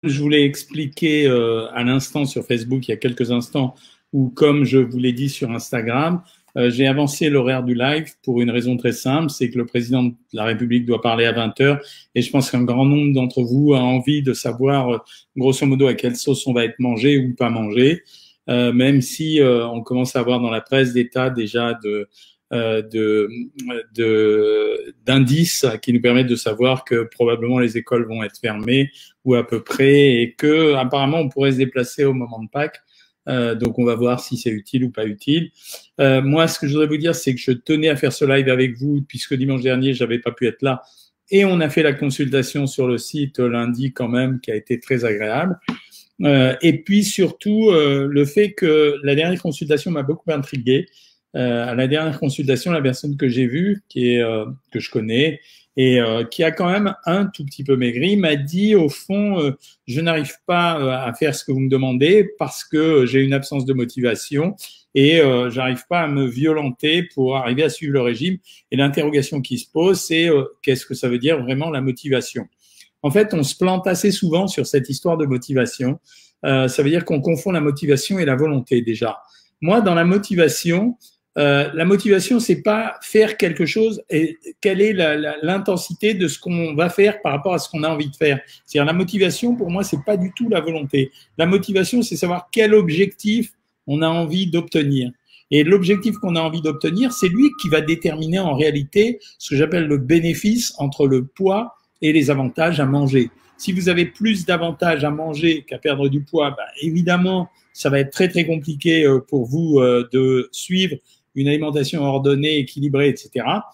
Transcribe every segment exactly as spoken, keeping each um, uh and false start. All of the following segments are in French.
je vous l'ai expliqué euh, à l'instant sur Facebook il y a quelques instants, ou comme je vous l'ai dit sur Instagram, euh, j'ai avancé l'horaire du live pour une raison très simple, c'est que le président de la République doit parler à vingt heures et je pense qu'un grand nombre d'entre vous a envie de savoir euh, grosso modo à quelle sauce on va être mangé ou pas mangé, euh, même si euh, on commence à avoir dans la presse des tas déjà de euh, de de d'indices qui nous permettent de savoir que probablement les écoles vont être fermées ou à peu près, et que apparemment on pourrait se déplacer au moment de Pâques. Euh, donc on va voir si c'est utile ou pas utile. Euh, moi, ce que je voudrais vous dire, c'est que je tenais à faire ce live avec vous puisque dimanche dernier j'avais pas pu être là, et on a fait la consultation sur le site lundi quand même, qui a été très agréable. Euh, et puis surtout euh, le fait que la dernière consultation m'a beaucoup intrigué. Euh, à la dernière consultation, la personne que j'ai vue, qui est euh, que je connais et euh, qui a quand même un tout petit peu maigri, m'a dit au fond, euh, je n'arrive pas euh, à faire ce que vous me demandez parce que j'ai une absence de motivation et euh, j'arrive pas à me violenter pour arriver à suivre le régime. Et l'interrogation qui se pose, c'est euh, qu'est-ce que ça veut dire vraiment la motivation? En fait, on se plante assez souvent sur cette histoire de motivation. Euh, ça veut dire qu'on confond la motivation et la volonté déjà. Moi, dans la motivation, Euh, la motivation, c'est pas faire quelque chose et quelle est la, la, l'intensité de ce qu'on va faire par rapport à ce qu'on a envie de faire. C'est-à-dire la motivation, pour moi, c'est pas du tout la volonté. La motivation, c'est savoir quel objectif on a envie d'obtenir. Et l'objectif qu'on a envie d'obtenir, c'est lui qui va déterminer en réalité ce que j'appelle le bénéfice entre le poids et les avantages à manger. Si vous avez plus d'avantages à manger qu'à perdre du poids, ben, évidemment, ça va être très très compliqué pour vous de suivre une alimentation ordonnée, équilibrée, et cetera.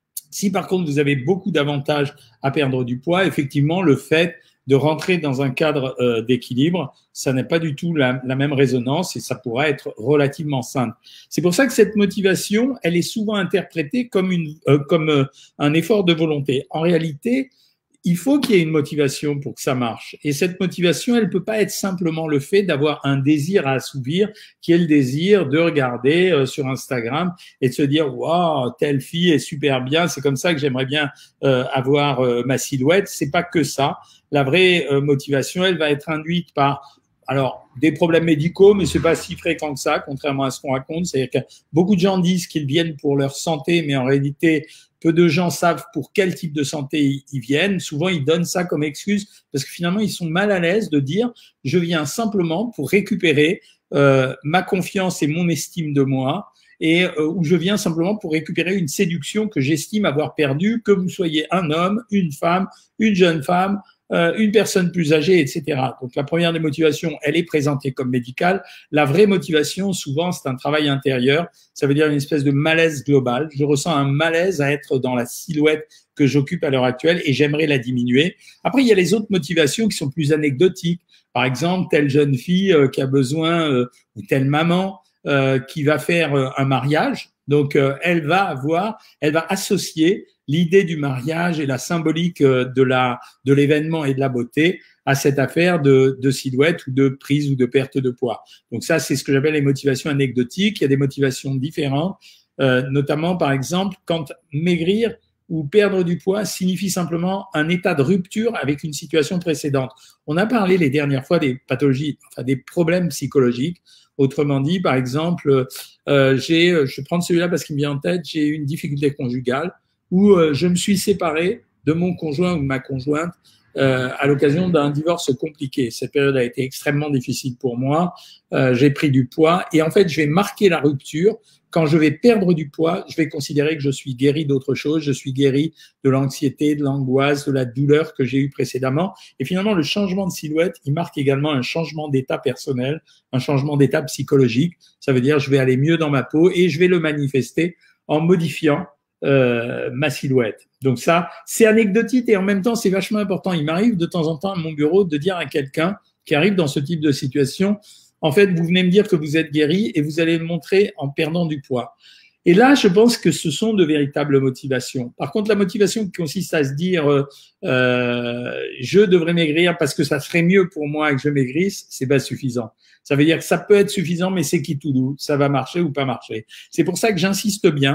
Si par contre vous avez beaucoup d'avantages à perdre du poids, effectivement, le fait de rentrer dans un cadre euh, d'équilibre, ça n'a pas du tout la, la même résonance et ça pourra être relativement simple. C'est pour ça que cette motivation, elle est souvent interprétée comme, une, euh, comme euh, un effort de volonté. En réalité, il faut qu'il y ait une motivation pour que ça marche. Et cette motivation, elle ne peut pas être simplement le fait d'avoir un désir à assouvir, qui est le désir de regarder euh, sur Instagram et de se dire « Waouh, telle fille est super bien, c'est comme ça que j'aimerais bien euh, avoir euh, ma silhouette ». C'est pas que ça. La vraie euh, motivation, elle va être induite par alors des problèmes médicaux, mais c'est pas si fréquent que ça, contrairement à ce qu'on raconte. C'est-à-dire que beaucoup de gens disent qu'ils viennent pour leur santé, mais en réalité, peu de gens savent pour quel type de santé ils viennent. Souvent, ils donnent ça comme excuse parce que finalement, ils sont mal à l'aise de dire « je viens simplement pour récupérer euh, ma confiance et mon estime de moi » et euh, où je viens simplement pour récupérer une séduction que j'estime avoir perdue, que vous soyez un homme, une femme, une jeune femme, euh, une personne plus âgée, et cetera. Donc la première des motivations, elle est présentée comme médicale. La vraie motivation, souvent, c'est un travail intérieur. Ça veut dire une espèce de malaise global. Je ressens un malaise à être dans la silhouette que j'occupe à l'heure actuelle et j'aimerais la diminuer. Après, il y a les autres motivations qui sont plus anecdotiques. Par exemple, telle jeune fille euh, qui a besoin, euh, ou telle maman euh, qui va faire euh, un mariage. Donc, euh, elle va avoir, elle va associer l'idée du mariage et la symbolique de la de l'événement et de la beauté à cette affaire de, de silhouette ou de prise ou de perte de poids. Donc ça, c'est ce que j'appelle les motivations anecdotiques. Il y a des motivations différentes, euh, notamment par exemple quand maigrir ou perdre du poids signifie simplement un état de rupture avec une situation précédente. On a parlé les dernières fois des pathologies, enfin des problèmes psychologiques. Autrement dit, par exemple, euh, j'ai, je vais prendre celui-là parce qu'il me vient en tête, j'ai eu une difficulté conjugale où euh, je me suis séparé de mon conjoint ou de ma conjointe euh, à l'occasion d'un divorce compliqué. Cette période a été extrêmement difficile pour moi. Euh, j'ai pris du poids et en fait, je vais marquer la rupture. Quand je vais perdre du poids, je vais considérer que je suis guéri d'autre chose. Je suis guéri de l'anxiété, de l'angoisse, de la douleur que j'ai eue précédemment. Et finalement, le changement de silhouette, il marque également un changement d'état personnel, un changement d'état psychologique. Ça veut dire je vais aller mieux dans ma peau et je vais le manifester en modifiant Euh, ma silhouette. Donc ça, c'est anecdotique et en même temps, c'est vachement important. Il m'arrive de temps en temps à mon bureau de dire à quelqu'un qui arrive dans ce type de situation, en fait, vous venez me dire que vous êtes guéri et vous allez le montrer en perdant du poids. Et là, je pense que ce sont de véritables motivations. Par contre, la motivation qui consiste à se dire euh, je devrais maigrir parce que ça serait mieux pour moi que je maigrisse, c'est pas suffisant. Ça veut dire que ça peut être suffisant, mais c'est qui tout doux, ça va marcher ou pas marcher. C'est pour ça que j'insiste bien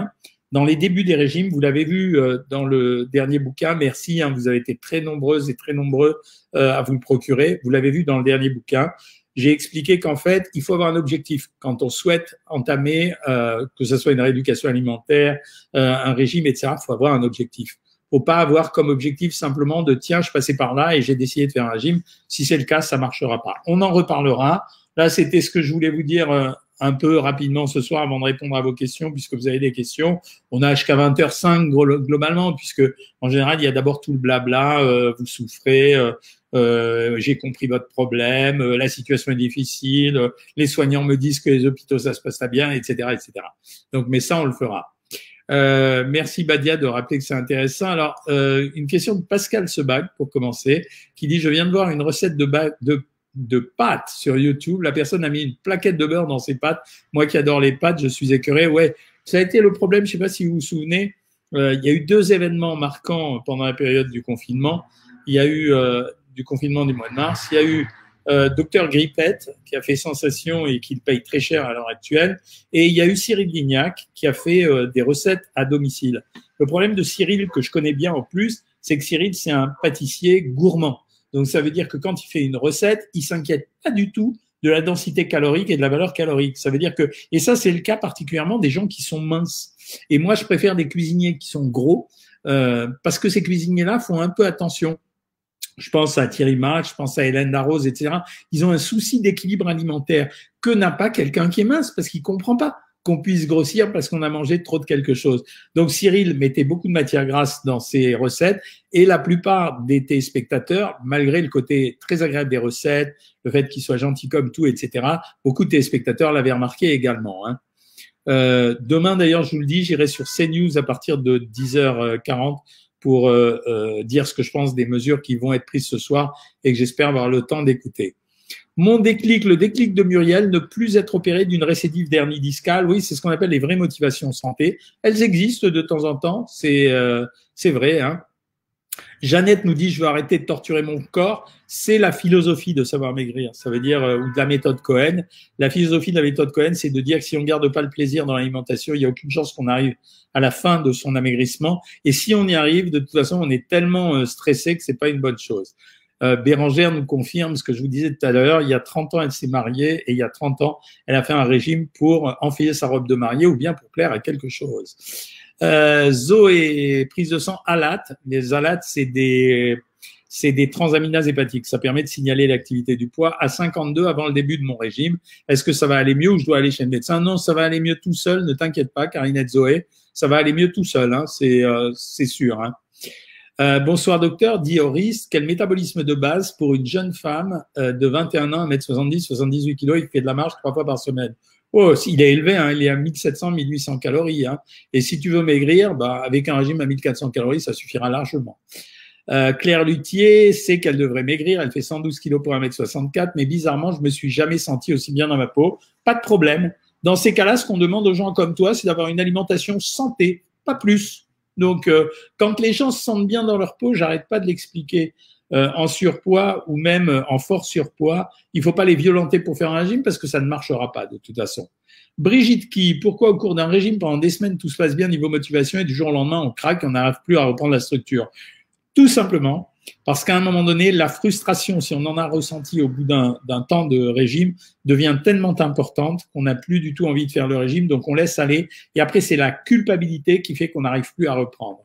dans les débuts des régimes. Vous l'avez vu euh, dans le dernier bouquin. Merci, hein, vous avez été très nombreuses et très nombreux euh, à vous le procurer. Vous l'avez vu dans le dernier bouquin. J'ai expliqué qu'en fait, il faut avoir un objectif. Quand on souhaite entamer, euh, que ce soit une rééducation alimentaire, euh, un régime, et cetera, il faut avoir un objectif. Faut pas avoir comme objectif simplement de tiens, je passais par là et j'ai décidé de faire un régime. Si c'est le cas, ça marchera pas. On en reparlera. Là, c'était ce que je voulais vous dire euh, un peu rapidement ce soir avant de répondre à vos questions, puisque vous avez des questions. On a jusqu'à vingt heures cinq globalement, puisque en général, il y a d'abord tout le blabla, euh, vous souffrez, euh, euh, j'ai compris votre problème, euh, la situation est difficile, euh, les soignants me disent que les hôpitaux, ça se passe pas bien, et cetera, et cetera. Donc, mais ça, on le fera. Euh, merci Badia de rappeler que c'est intéressant. Alors, euh, une question de Pascal Sebag pour commencer, qui dit « Je viens de voir une recette de, de, de pâtes sur YouTube. La personne a mis une plaquette de beurre dans ses pâtes. Moi qui adore les pâtes, je suis écœuré. » Ouais, ça a été le problème. Je sais pas si vous vous souvenez. Euh, il y a eu deux événements marquants pendant la période du confinement. Il y a eu euh, du confinement du mois de mars. Il y a eu Euh, Docteur Grippette, qui a fait sensation et qui le paye très cher à l'heure actuelle. Et il y a eu Cyril Lignac, qui a fait euh, des recettes à domicile. Le problème de Cyril, que je connais bien en plus, c'est que Cyril, c'est un pâtissier gourmand. Donc, ça veut dire que quand il fait une recette, il s'inquiète pas du tout de la densité calorique et de la valeur calorique. Ça veut dire que, et ça, c'est le cas particulièrement des gens qui sont minces. Et moi, je préfère des cuisiniers qui sont gros, euh, parce que ces cuisiniers-là font un peu attention. Je pense à Thierry Marx, je pense à Hélène Darroze, et cetera. Ils ont un souci d'équilibre alimentaire que n'a pas quelqu'un qui est mince parce qu'il comprend pas qu'on puisse grossir parce qu'on a mangé trop de quelque chose. Donc Cyril mettait beaucoup de matière grasse dans ses recettes et la plupart des téléspectateurs, malgré le côté très agréable des recettes, le fait qu'ils soient gentils comme tout, et cetera, beaucoup de téléspectateurs l'avaient remarqué également, hein. Euh, demain, d'ailleurs, je vous le dis, j'irai sur CNews à partir de dix heures quarante pour euh, euh, dire ce que je pense des mesures qui vont être prises ce soir et que j'espère avoir le temps d'écouter. Mon déclic, le déclic de Muriel, ne plus être opéré d'une récidive d'hernie discale. Oui, c'est ce qu'on appelle les vraies motivations santé. Elles existent de temps en temps, c'est euh, c'est vrai, hein. Jeannette nous dit « Je veux arrêter de torturer mon corps ». C'est la philosophie de Savoir Maigrir, ça veut dire, euh, ou de la méthode Cohen. La philosophie de la méthode Cohen, c'est de dire que si on ne garde pas le plaisir dans l'alimentation, il n'y a aucune chance qu'on arrive à la fin de son amaigrissement. Et si on y arrive, de toute façon, on est tellement euh, stressé que c'est pas une bonne chose. Euh, Bérangère nous confirme ce que je vous disais tout à l'heure. Il y a trente ans, elle s'est mariée et il y a trente ans, elle a fait un régime pour enfiler sa robe de mariée ou bien pour plaire à quelque chose. Euh, Zoé, prise de sang ALAT. Les ALAT, c'est des, c'est des transaminases hépatiques. Ça permet de signaler l'activité du poids à cinquante-deux avant le début de mon régime. Est-ce que ça va aller mieux ou je dois aller chez le médecin? Non, ça va aller mieux tout seul. Ne t'inquiète pas, Carinette Zoé. Ça va aller mieux tout seul, hein. C'est, euh, c'est sûr, hein. Euh, bonsoir docteur, dit Horis, quel métabolisme de base pour une jeune femme euh, de vingt et un ans, un mètre soixante-dix, soixante-dix-huit kilos, il fait de la marche trois fois par semaine. Oh, il est élevé, hein, il est à mille sept cents, mille huit cents calories, hein. Et si tu veux maigrir, bah, avec un régime à mille quatre cents calories, ça suffira largement. Euh, Claire Luthier sait qu'elle devrait maigrir, elle fait cent douze kilos pour un mètre soixante-quatre, mais bizarrement, je me suis jamais senti aussi bien dans ma peau. Pas de problème. Dans ces cas-là, ce qu'on demande aux gens comme toi, c'est d'avoir une alimentation santé, pas plus. Donc, euh, quand les gens se sentent bien dans leur peau, j'arrête pas de l'expliquer. Euh, en surpoids ou même en fort surpoids, il faut pas les violenter pour faire un régime parce que ça ne marchera pas de toute façon. Brigitte qui, pourquoi au cours d'un régime pendant des semaines tout se passe bien niveau motivation et du jour au lendemain on craque, on n'arrive plus à reprendre la structure? Tout simplement parce qu'à un moment donné, la frustration, si on en a ressenti au bout d'un, d'un temps de régime, devient tellement importante qu'on n'a plus du tout envie de faire le régime, donc on laisse aller. Et après, c'est la culpabilité qui fait qu'on n'arrive plus à reprendre.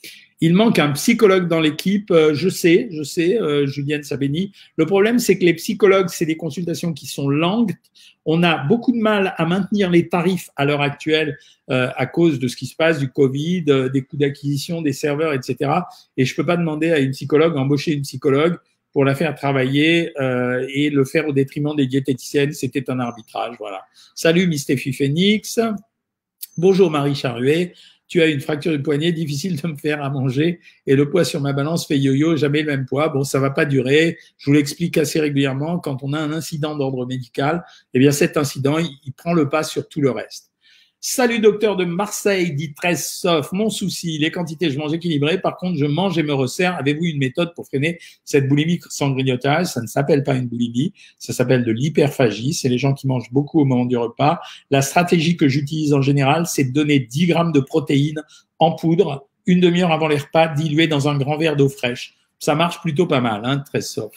Il manque un psychologue dans l'équipe, euh, je sais, je sais, euh, Julienne Sabeni. Le problème, c'est que les psychologues, c'est des consultations qui sont longues. On a beaucoup de mal à maintenir les tarifs à l'heure actuelle euh, à cause de ce qui se passe, du Covid, euh, des coûts d'acquisition, des serveurs, et cetera. Et je peux pas demander à une psychologue, embaucher une psychologue pour la faire travailler euh, et le faire au détriment des diététiciennes. C'était un arbitrage, voilà. Salut, Mistéphie Phoenix. Bonjour, Marie Charruet. Tu as une fracture du poignet, difficile de me faire à manger et le poids sur ma balance fait yo-yo, jamais le même poids. Bon, ça va pas durer. Je vous l'explique assez régulièrement. Quand on a un incident d'ordre médical, eh bien, cet incident, il, il prend le pas sur tout le reste. Salut docteur de Marseille, dit treize Sof. Mon souci, les quantités, je mange équilibré. Par contre, je mange et me resserre. Avez-vous une méthode pour freiner cette boulimie sans grignotage? Ça ne s'appelle pas une boulimie, ça s'appelle de l'hyperphagie. C'est les gens qui mangent beaucoup au moment du repas. La stratégie que j'utilise en général, c'est de donner dix grammes de protéines en poudre une demi-heure avant les repas, diluées dans un grand verre d'eau fraîche. Ça marche plutôt pas mal, hein, treize Sof.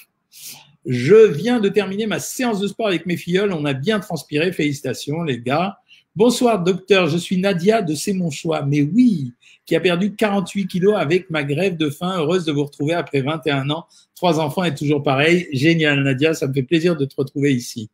Je viens de terminer ma séance de sport avec mes filleuls. On a bien transpiré. Félicitations, les gars. Bonsoir, docteur. Je suis Nadia de C'est mon choix. Mais oui, qui a perdu quarante-huit kilos avec ma grève de faim. Heureuse de vous retrouver après vingt et un ans. Trois enfants et toujours pareil. Génial, Nadia. Ça me fait plaisir de te retrouver ici.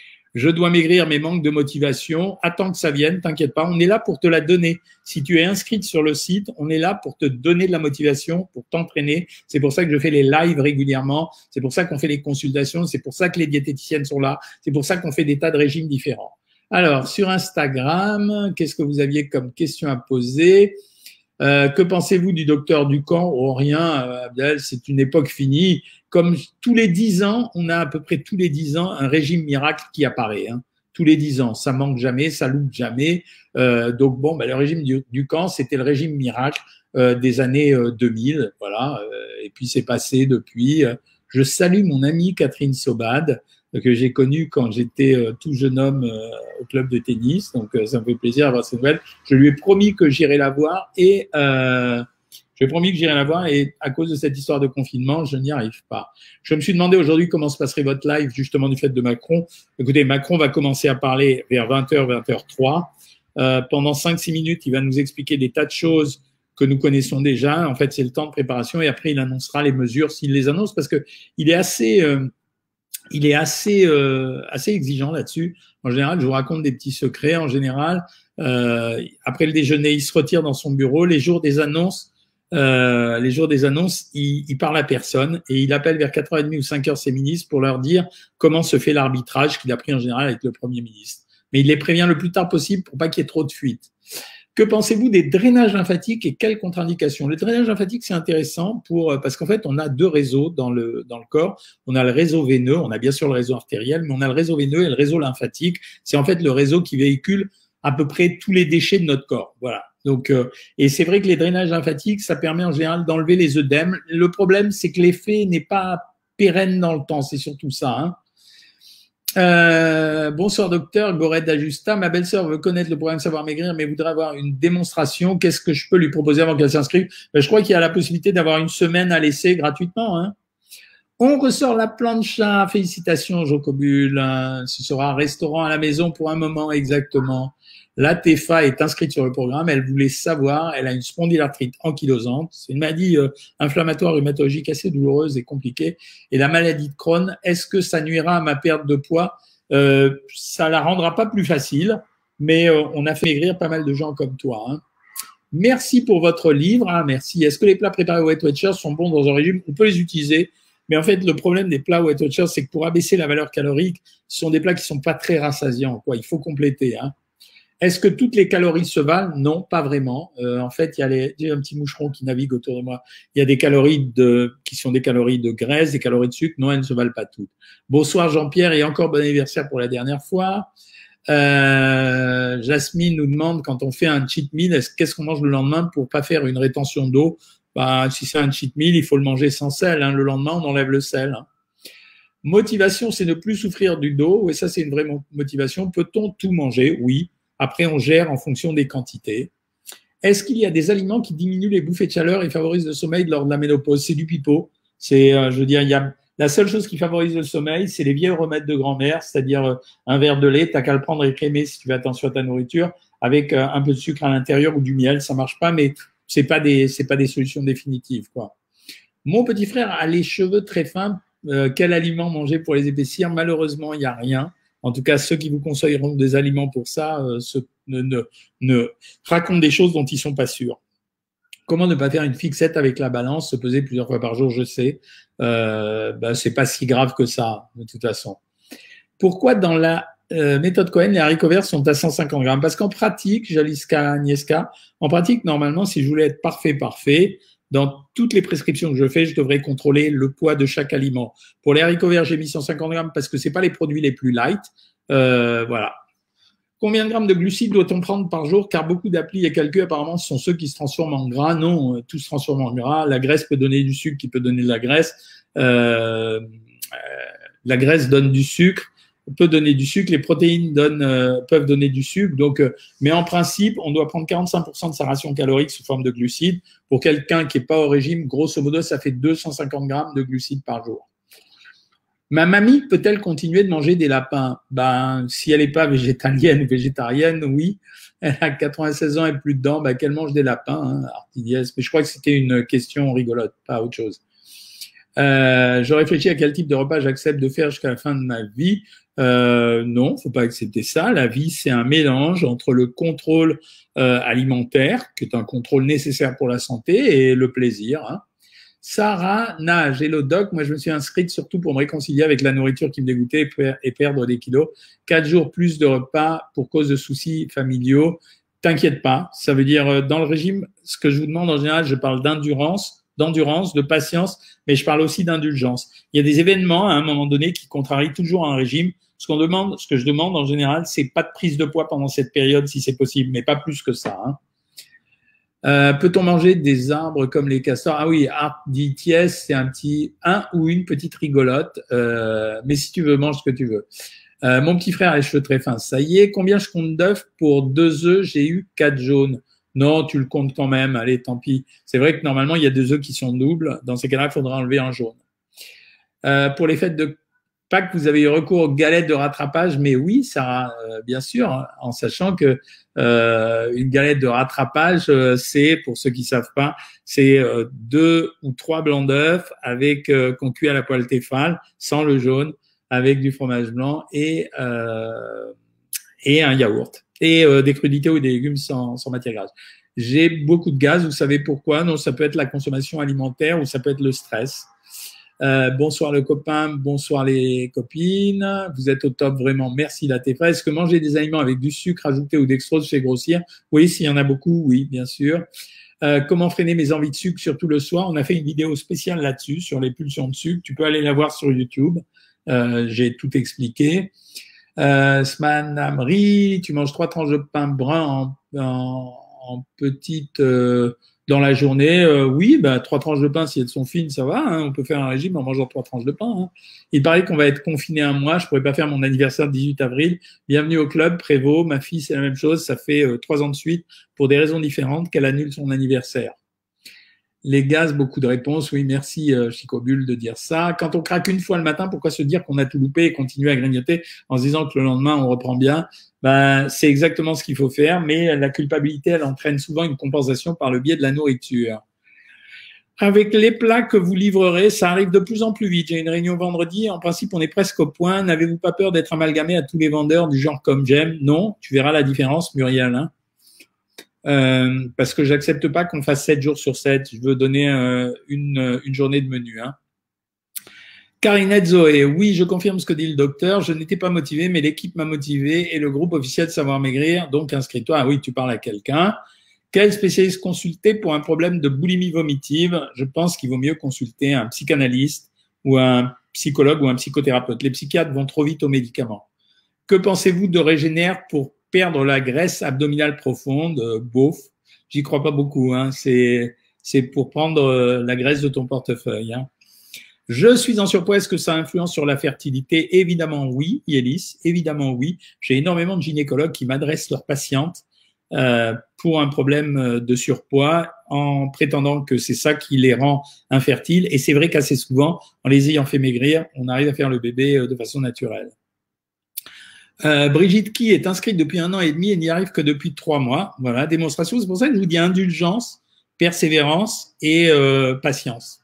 Je dois maigrir, mais manque de motivation. Attends que ça vienne, t'inquiète pas. On est là pour te la donner. Si tu es inscrite sur le site, on est là pour te donner de la motivation, pour t'entraîner. C'est pour ça que je fais les lives régulièrement. C'est pour ça qu'on fait les consultations. C'est pour ça que les diététiciennes sont là. C'est pour ça qu'on fait des tas de régimes différents. Alors, sur Instagram, qu'est-ce que vous aviez comme question à poser? Euh, que pensez-vous du docteur Ducamp? Oh, rien, euh, Abdel, c'est une époque finie. Comme tous les dix ans, on a à peu près tous les dix ans un régime miracle qui apparaît. Hein. Tous les dix ans, ça manque jamais, ça loupe jamais. Euh, donc bon, bah, le régime du, Ducamp, c'était le régime miracle euh, des années euh, deux mille, voilà. Euh, et puis c'est passé depuis. Euh, je salue mon amie Catherine Sobad, que j'ai connue quand j'étais euh, tout jeune homme euh, au club de tennis. Donc, euh, ça me fait plaisir d'avoir ces nouvelles. Je lui ai promis que j'irai la voir et euh, je lui ai promis que j'irai la voir et à cause de cette histoire de confinement, je n'y arrive pas. Je me suis demandé aujourd'hui comment se passerait votre live justement du fait de Macron. Écoutez, Macron va commencer à parler vers vingt heures, vingt heures trois. Euh, pendant cinq six minutes, il va nous expliquer des tas de choses que nous connaissons déjà. En fait, c'est le temps de préparation et après, il annoncera les mesures s'il les annonce parce que il est assez... Euh, Il est assez euh, assez exigeant là-dessus. En général, je vous raconte des petits secrets. En général, euh, après le déjeuner, il se retire dans son bureau. Les jours des annonces, euh, les jours des annonces, il, il parle à personne et il appelle vers quatre heures trente ou cinq heures ses ministres pour leur dire comment se fait l'arbitrage qu'il a pris en général avec le Premier ministre. Mais il les prévient le plus tard possible pour pas qu'il y ait trop de fuites. Que pensez-vous des drainages lymphatiques et quelles contre-indications? Le drainage lymphatique, c'est intéressant pour, parce qu'en fait, on a deux réseaux dans le, dans le corps. On a le réseau veineux, on a bien sûr le réseau artériel, mais on a le réseau veineux et le réseau lymphatique. C'est en fait le réseau qui véhicule à peu près tous les déchets de notre corps. Voilà. Donc, euh, et c'est vrai que les drainages lymphatiques, ça permet en général d'enlever les œdèmes. Le problème, c'est que l'effet n'est pas pérenne dans le temps. C'est surtout ça, hein. Euh, bonsoir docteur, Gorette d'Ajusta. Ma belle-sœur veut connaître le programme Savoir Maigrir, mais voudrait avoir une démonstration. Qu'est-ce que je peux lui proposer avant qu'elle s'inscrive? Ben, je crois qu'il y a la possibilité d'avoir une semaine à laisser gratuitement. Hein. On ressort la plancha. Félicitations, Jocobule. Ce sera un restaurant à la maison pour un moment exactement. La Tefa est inscrite sur le programme. Elle voulait savoir. Elle a une spondylarthrite ankylosante. C'est une maladie euh, inflammatoire rhumatologique assez douloureuse et compliquée. Et la maladie de Crohn, est-ce que ça nuira à ma perte de poids? euh, Ça la rendra pas plus facile, mais euh, on a fait maigrir pas mal de gens comme toi. Hein. Merci pour votre livre. Ah, merci. Est-ce que les plats préparés au Weight Watchers sont bons dans un régime? On peut les utiliser. Mais en fait, le problème des plats Weight Watchers, c'est que pour abaisser la valeur calorique, ce sont des plats qui sont pas très rassasiants, quoi. Il faut compléter, hein. Est-ce que toutes les calories se valent? Non, pas vraiment. Euh, en fait, il y a les, j'ai un petit moucheron qui navigue autour de moi. Il y a des calories de, qui sont des calories de graisse, des calories de sucre. Non, elles ne se valent pas toutes. Bonsoir Jean-Pierre et encore bon anniversaire pour la dernière fois. Euh, Jasmine nous demande quand on fait un cheat meal, est-ce, qu'est-ce qu'on mange le lendemain pour pas faire une rétention d'eau? Bah, si c'est un cheat meal, il faut le manger sans sel. Hein. Le lendemain, on enlève le sel. Hein. Motivation, c'est ne plus souffrir du dos. Et ça, c'est une vraie motivation. Peut-on tout manger? Oui. Après, on gère en fonction des quantités. Est-ce qu'il y a des aliments qui diminuent les bouffées de chaleur et favorisent le sommeil lors de la ménopause? C'est du pipeau. C'est, euh, je veux dire, il y a la seule chose qui favorise le sommeil, c'est les vieux remèdes de grand-mère, c'est-à-dire euh, un verre de lait, t'as qu'à le prendre et crémer si tu fais attention à ta nourriture, avec euh, un peu de sucre à l'intérieur ou du miel. Ça marche pas, mais c'est pas des, c'est pas des solutions définitives, quoi. Mon petit frère a les cheveux très fins. Euh, quel aliment manger pour les épaissir? Malheureusement, il n'y a rien. En tout cas, ceux qui vous conseilleront des aliments pour ça euh, se, ne, ne, ne racontent des choses dont ils sont pas sûrs. Comment ne pas faire une fixette avec la balance, se peser plusieurs fois par jour? Je sais, euh, ben, c'est pas si grave que ça, de toute façon. Pourquoi dans la euh, méthode Cohen, les haricots verts sont à cent cinquante grammes? Parce qu'en pratique, Jaliska, Agnieszka, en pratique, normalement, si je voulais être parfait, parfait, dans toutes les prescriptions que je fais, je devrais contrôler le poids de chaque aliment. Pour les haricots verts, j'ai mis cent cinquante grammes parce que c'est pas les produits les plus light. Euh, voilà. Combien de grammes de glucides doit-on prendre par jour? Car beaucoup d'applis et calculs, apparemment, ce sont ceux qui se transforment en gras. Non, tout se transforme en gras. La graisse peut donner du sucre qui peut donner de la graisse. Euh, euh, la graisse donne du sucre, peut donner du sucre. Les protéines donnent, euh, peuvent donner du sucre. Donc, euh, mais en principe, on doit prendre quarante-cinq pour cent de sa ration calorique sous forme de glucides. Pour quelqu'un qui n'est pas au régime, grosso modo, ça fait deux cent cinquante grammes de glucides par jour. Ma mamie peut-elle continuer de manger des lapins? Ben, si elle n'est pas végétalienne ou végétarienne, oui. Elle a quatre-vingt-seize ans et plus de dents, ben, qu'elle mange des lapins, hein, Artidiès. Mais je crois que c'était une question rigolote, pas autre chose. Euh, je réfléchis à quel type de repas j'accepte de faire jusqu'à la fin de ma vie. Euh, non, faut pas accepter ça. La vie, c'est un mélange entre le contrôle euh, alimentaire, qui est un contrôle nécessaire pour la santé, et le plaisir, hein. Sarah nage. Hello doc, moi je me suis inscrite surtout pour me réconcilier avec la nourriture qui me dégoûtait et perdre des kilos. Quatre jours plus de repas pour cause de soucis familiaux. T'inquiète pas, ça veut dire dans le régime, ce que je vous demande en général, je parle d'endurance, d'endurance, de patience, mais je parle aussi d'indulgence. Il y a des événements à un moment donné qui contrarient toujours un régime. Ce qu'on demande, ce que je demande en général, c'est pas de prise de poids pendant cette période si c'est possible, mais pas plus que ça, hein. Euh, peut-on manger des arbres comme les castors? Ah oui, arbre dit Thiès, c'est un petit un ou une petite rigolote. Euh, mais si tu veux, mange ce que tu veux. Euh, mon petit frère a les cheveux très fins. Ça y est, combien je compte d'œufs pour deux œufs? J'ai eu quatre jaunes. Non, tu le comptes quand même. Allez, tant pis. C'est vrai que normalement, il y a deux œufs qui sont doubles. Dans ces cas-là, il faudra enlever un jaune. Euh, pour les fêtes de Pâques, vous avez eu recours aux galettes de rattrapage, mais oui, ça, euh, bien sûr, hein, en sachant que euh, une galette de rattrapage, euh, c'est, pour ceux qui savent pas, c'est euh, deux ou trois blancs d'œufs avec euh, qu'on cuit à la poêle Tefal, sans le jaune, avec du fromage blanc et euh, et un yaourt et euh, des crudités ou des légumes sans, sans matière grasse. J'ai beaucoup de gaz, vous savez pourquoi? Non, ça peut être la consommation alimentaire ou ça peut être le stress. Euh, bonsoir le copain, bonsoir les copines. Vous êtes au top vraiment. Merci la Tefa. Est-ce que manger des aliments avec du sucre ajouté ou dextrose fait grossir? Oui, s'il y en a beaucoup, oui, bien sûr. Euh, comment freiner mes envies de sucre, surtout le soir? On a fait une vidéo spéciale là-dessus, sur les pulsions de sucre. Tu peux aller la voir sur YouTube. Euh, j'ai tout expliqué. Euh, Sman Amri, tu manges trois tranches de pain brun en, en, en petite... Euh, dans la journée, euh, oui, bah, trois tranches de pain, si elles sont fines, ça va, hein, on peut faire un régime en mangeant trois tranches de pain, hein. Il paraît qu'on va être confiné un mois, je pourrais pas faire mon anniversaire le dix-huit avril. Bienvenue au club, Prévost, ma fille, c'est la même chose, ça fait euh, trois ans de suite, pour des raisons différentes, qu'elle annule son anniversaire. Les gaz, beaucoup de réponses. Oui, merci euh, Chicobule de dire ça. Quand on craque une fois le matin, pourquoi se dire qu'on a tout loupé et continuer à grignoter en se disant que le lendemain, on reprend bien? Ben, c'est exactement ce qu'il faut faire, mais la culpabilité, elle entraîne souvent une compensation par le biais de la nourriture. Avec les plats que vous livrerez, ça arrive de plus en plus vite. J'ai une réunion vendredi. En principe, on est presque au point. N'avez-vous pas peur d'être amalgamé à tous les vendeurs du genre comme j'aime? Non, tu verras la différence, Muriel, hein. Euh, parce que j'accepte pas qu'on fasse sept jours sur sept. Je veux donner euh, une, une journée de menu, hein. Carinette Zoé, oui, je confirme ce que dit le docteur. Je n'étais pas motivé, mais l'équipe m'a motivé et le groupe officiel Savoir Maigrir. Donc, inscris-toi. Ah oui, tu parles à quelqu'un. Quel spécialiste consulter pour un problème de boulimie vomitive? Je pense qu'il vaut mieux consulter un psychanalyste ou un psychologue ou un psychothérapeute. Les psychiatres vont trop vite aux médicaments. Que pensez-vous de Régénère pour perdre la graisse abdominale profonde? euh, Beauf, j'y crois pas beaucoup, hein. C'est c'est pour prendre euh, la graisse de ton portefeuille, hein. Je suis en surpoids, est-ce que ça influence sur la fertilité? Évidemment oui, Yélis, évidemment oui. J'ai énormément de gynécologues qui m'adressent leurs patientes euh, pour un problème de surpoids en prétendant que c'est ça qui les rend infertiles. Et c'est vrai qu'assez souvent, en les ayant fait maigrir, on arrive à faire le bébé de façon naturelle. Euh, Brigitte qui est inscrite depuis un an et demi et n'y arrive que depuis trois mois. Voilà, démonstration. C'est pour ça que je vous dis indulgence, persévérance et euh, patience.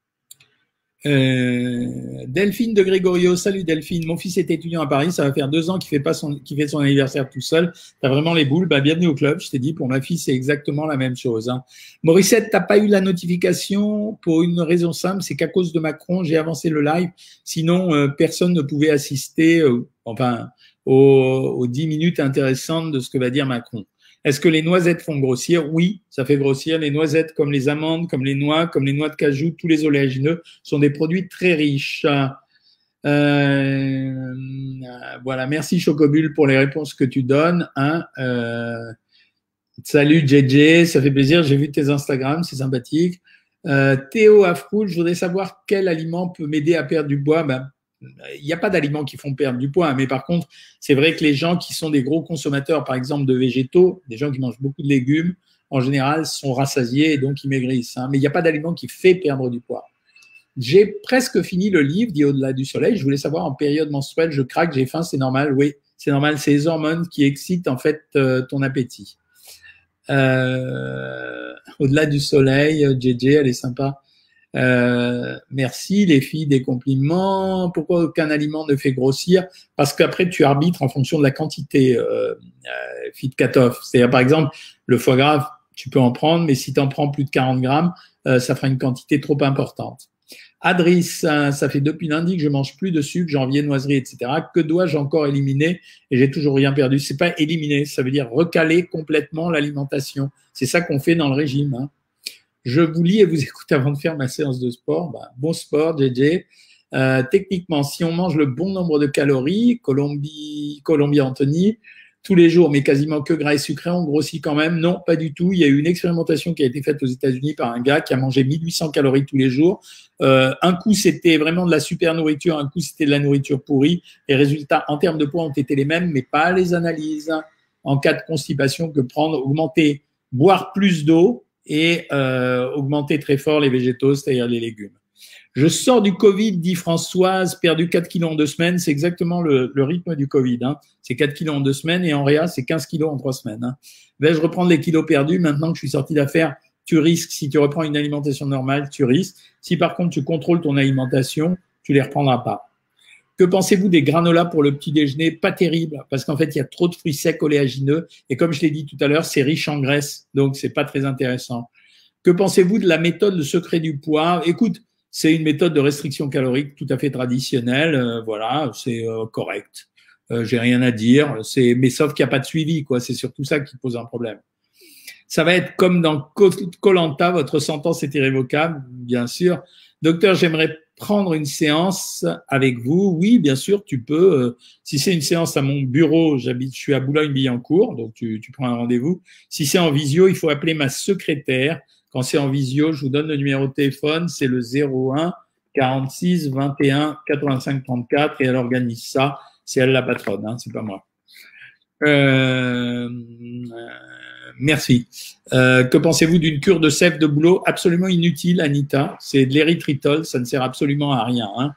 Euh, Delphine de Grégorio, salut Delphine, mon fils est étudiant à Paris, ça va faire deux ans qu'il fait pas son, qu'il fait son anniversaire tout seul. T'as vraiment les boules, bah bienvenue au club. Je t'ai dit, pour ma fille c'est exactement la même chose, hein. Morissette, t'as pas eu la notification pour une raison simple, c'est qu'à cause de Macron j'ai avancé le live, sinon euh, personne ne pouvait assister, euh, enfin aux, aux dix minutes intéressantes de ce que va dire Macron. Est-ce que les noisettes font grossir? Oui, ça fait grossir. Les noisettes, comme les amandes, comme les noix, comme les noix de cajou, tous les oléagineux sont des produits très riches. Euh, voilà, merci Chocobule pour les réponses que tu donnes. Hein. Euh, salut J J, ça fait plaisir. J'ai vu tes Instagram, c'est sympathique. Euh, Théo Afroul, je voudrais savoir quel aliment peut m'aider à perdre du poids. Ben, il n'y a pas d'aliments qui font perdre du poids, mais par contre, c'est vrai que les gens qui sont des gros consommateurs, par exemple, de végétaux, des gens qui mangent beaucoup de légumes, en général, sont rassasiés et donc ils maigrissent. Hein. Mais il n'y a pas d'aliment qui fait perdre du poids. J'ai presque fini le livre, dit Au-delà du soleil. Je voulais savoir, en période menstruelle, je craque, j'ai faim, c'est normal. Oui, c'est normal. C'est les hormones qui excitent en fait euh, ton appétit. Euh, Au-delà du soleil, J J, elle est sympa. Euh, merci les filles, des compliments. Pourquoi aucun aliment ne fait grossir? Parce qu'après tu arbitres en fonction de la quantité. Euh, euh, Fit cut-off. C'est-à-dire par exemple le foie gras, tu peux en prendre, mais si tu en prends plus de quarante grammes, euh, ça fera une quantité trop importante. Adris, ça, ça fait depuis lundi que je mange plus de sucre, janvier, noiserie, et cetera. Que dois-je encore éliminer? Et j'ai toujours rien perdu. C'est pas éliminer, ça veut dire recaler complètement l'alimentation. C'est ça qu'on fait dans le régime. Hein. Je vous lis et vous écoute avant de faire ma séance de sport. Ben, bon sport, J J. Euh, techniquement, si on mange le bon nombre de calories, Colombie, Colombie Anthony, tous les jours, mais quasiment que gras et sucré, on grossit quand même. Non, pas du tout. Il y a eu une expérimentation qui a été faite aux États-Unis par un gars qui a mangé mille huit cents calories tous les jours. Euh, un coup, c'était vraiment de la super nourriture, un coup, c'était de la nourriture pourrie. Les résultats en termes de poids ont été les mêmes, mais pas les analyses. En cas de constipation, que prendre, augmenter, boire plus d'eau et euh, augmenter très fort les végétaux, c'est-à-dire les légumes. Je sors du Covid, dit Françoise, perdu quatre kilos en deux semaines. C'est exactement le, le rythme du Covid. Hein. C'est quatre kilos en deux semaines et en réa, c'est quinze kilos en trois semaines. Hein. Vais-je reprendre les kilos perdus maintenant que je suis sorti d'affaires? Tu risques, si tu reprends une alimentation normale, tu risques. Si par contre tu contrôles ton alimentation, tu les reprendras pas. Que pensez-vous des granolas pour le petit déjeuner? Pas terrible, parce qu'en fait, il y a trop de fruits secs oléagineux. Et comme je l'ai dit tout à l'heure, c'est riche en graisse, donc c'est pas très intéressant. Que pensez-vous de la méthode Le Secret du Poids? Écoute, c'est une méthode de restriction calorique tout à fait traditionnelle. Euh, voilà, c'est euh, correct. Euh, j'ai rien à dire. C'est, mais sauf qu'il n'y a pas de suivi, quoi. C'est surtout ça qui pose un problème. Ça va être comme dans Koh-Lanta, votre sentence est irrévocable, bien sûr. Docteur, j'aimerais prendre une séance avec vous. Oui, bien sûr, tu peux. Euh, si c'est une séance à mon bureau, j'habite, je suis à Boulogne-Billancourt, donc tu, tu prends un rendez-vous. Si c'est en visio, il faut appeler ma secrétaire. Quand c'est en visio, je vous donne le numéro de téléphone, c'est le zéro un quarante-six vingt et un quatre-vingt-cinq trente-quatre et elle organise ça. C'est elle la patronne, hein, c'est pas moi. Euh, euh, merci. Euh, que pensez-vous d'une cure de sève de bouleau? Absolument inutile, Anita. C'est de l'érythritol, ça ne sert absolument à rien. Hein.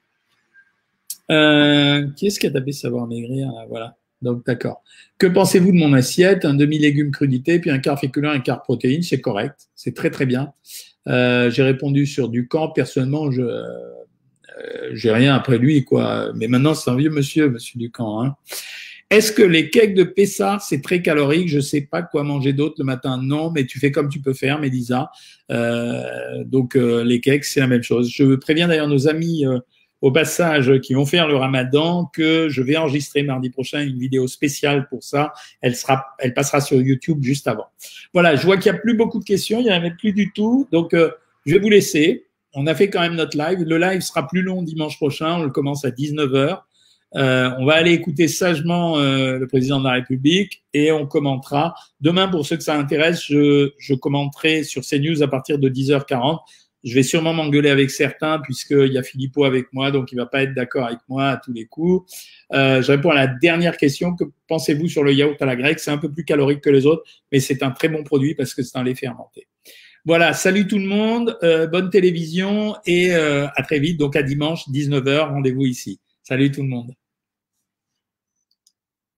Euh, qui est-ce qui a tapé savoir maigrir? Là, voilà. Donc, d'accord. Que pensez-vous de mon assiette? Un demi-légume crudité, puis un quart féculent, un quart protéine, c'est correct. C'est très, très bien. Euh, j'ai répondu sur Ducamp. Personnellement, je euh, j'ai rien après lui, quoi. Mais maintenant, c'est un vieux monsieur, monsieur Ducamp. Hein. Est-ce que les cakes de Pessard, c'est très calorique? Je sais pas quoi manger d'autre le matin. Non, mais tu fais comme tu peux faire, Mélisa. Euh, donc, euh, les cakes, c'est la même chose. Je préviens d'ailleurs nos amis euh, au passage qui vont faire le ramadan que je vais enregistrer mardi prochain une vidéo spéciale pour ça. Elle sera, elle passera sur YouTube juste avant. Voilà, je vois qu'il n'y a plus beaucoup de questions, il n'y en avait plus du tout. Donc, euh, je vais vous laisser. On a fait quand même notre live. Le live sera plus long dimanche prochain. On le commence à dix-neuf heures. Euh, on va aller écouter sagement euh, le président de la République et on commentera. Demain, pour ceux que ça intéresse, je, je commenterai sur CNews à partir de dix heures quarante. Je vais sûrement m'engueuler avec certains puisqu'il y a Philippot avec moi, donc il va pas être d'accord avec moi à tous les coups. Euh, je réponds à la dernière question. Que pensez-vous sur le yaourt à la grecque? C'est un peu plus calorique que les autres, mais c'est un très bon produit parce que c'est un lait fermenté. Voilà, salut tout le monde, euh, bonne télévision et euh, à très vite. Donc à dimanche, dix-neuf heures, rendez-vous ici. Salut tout le monde.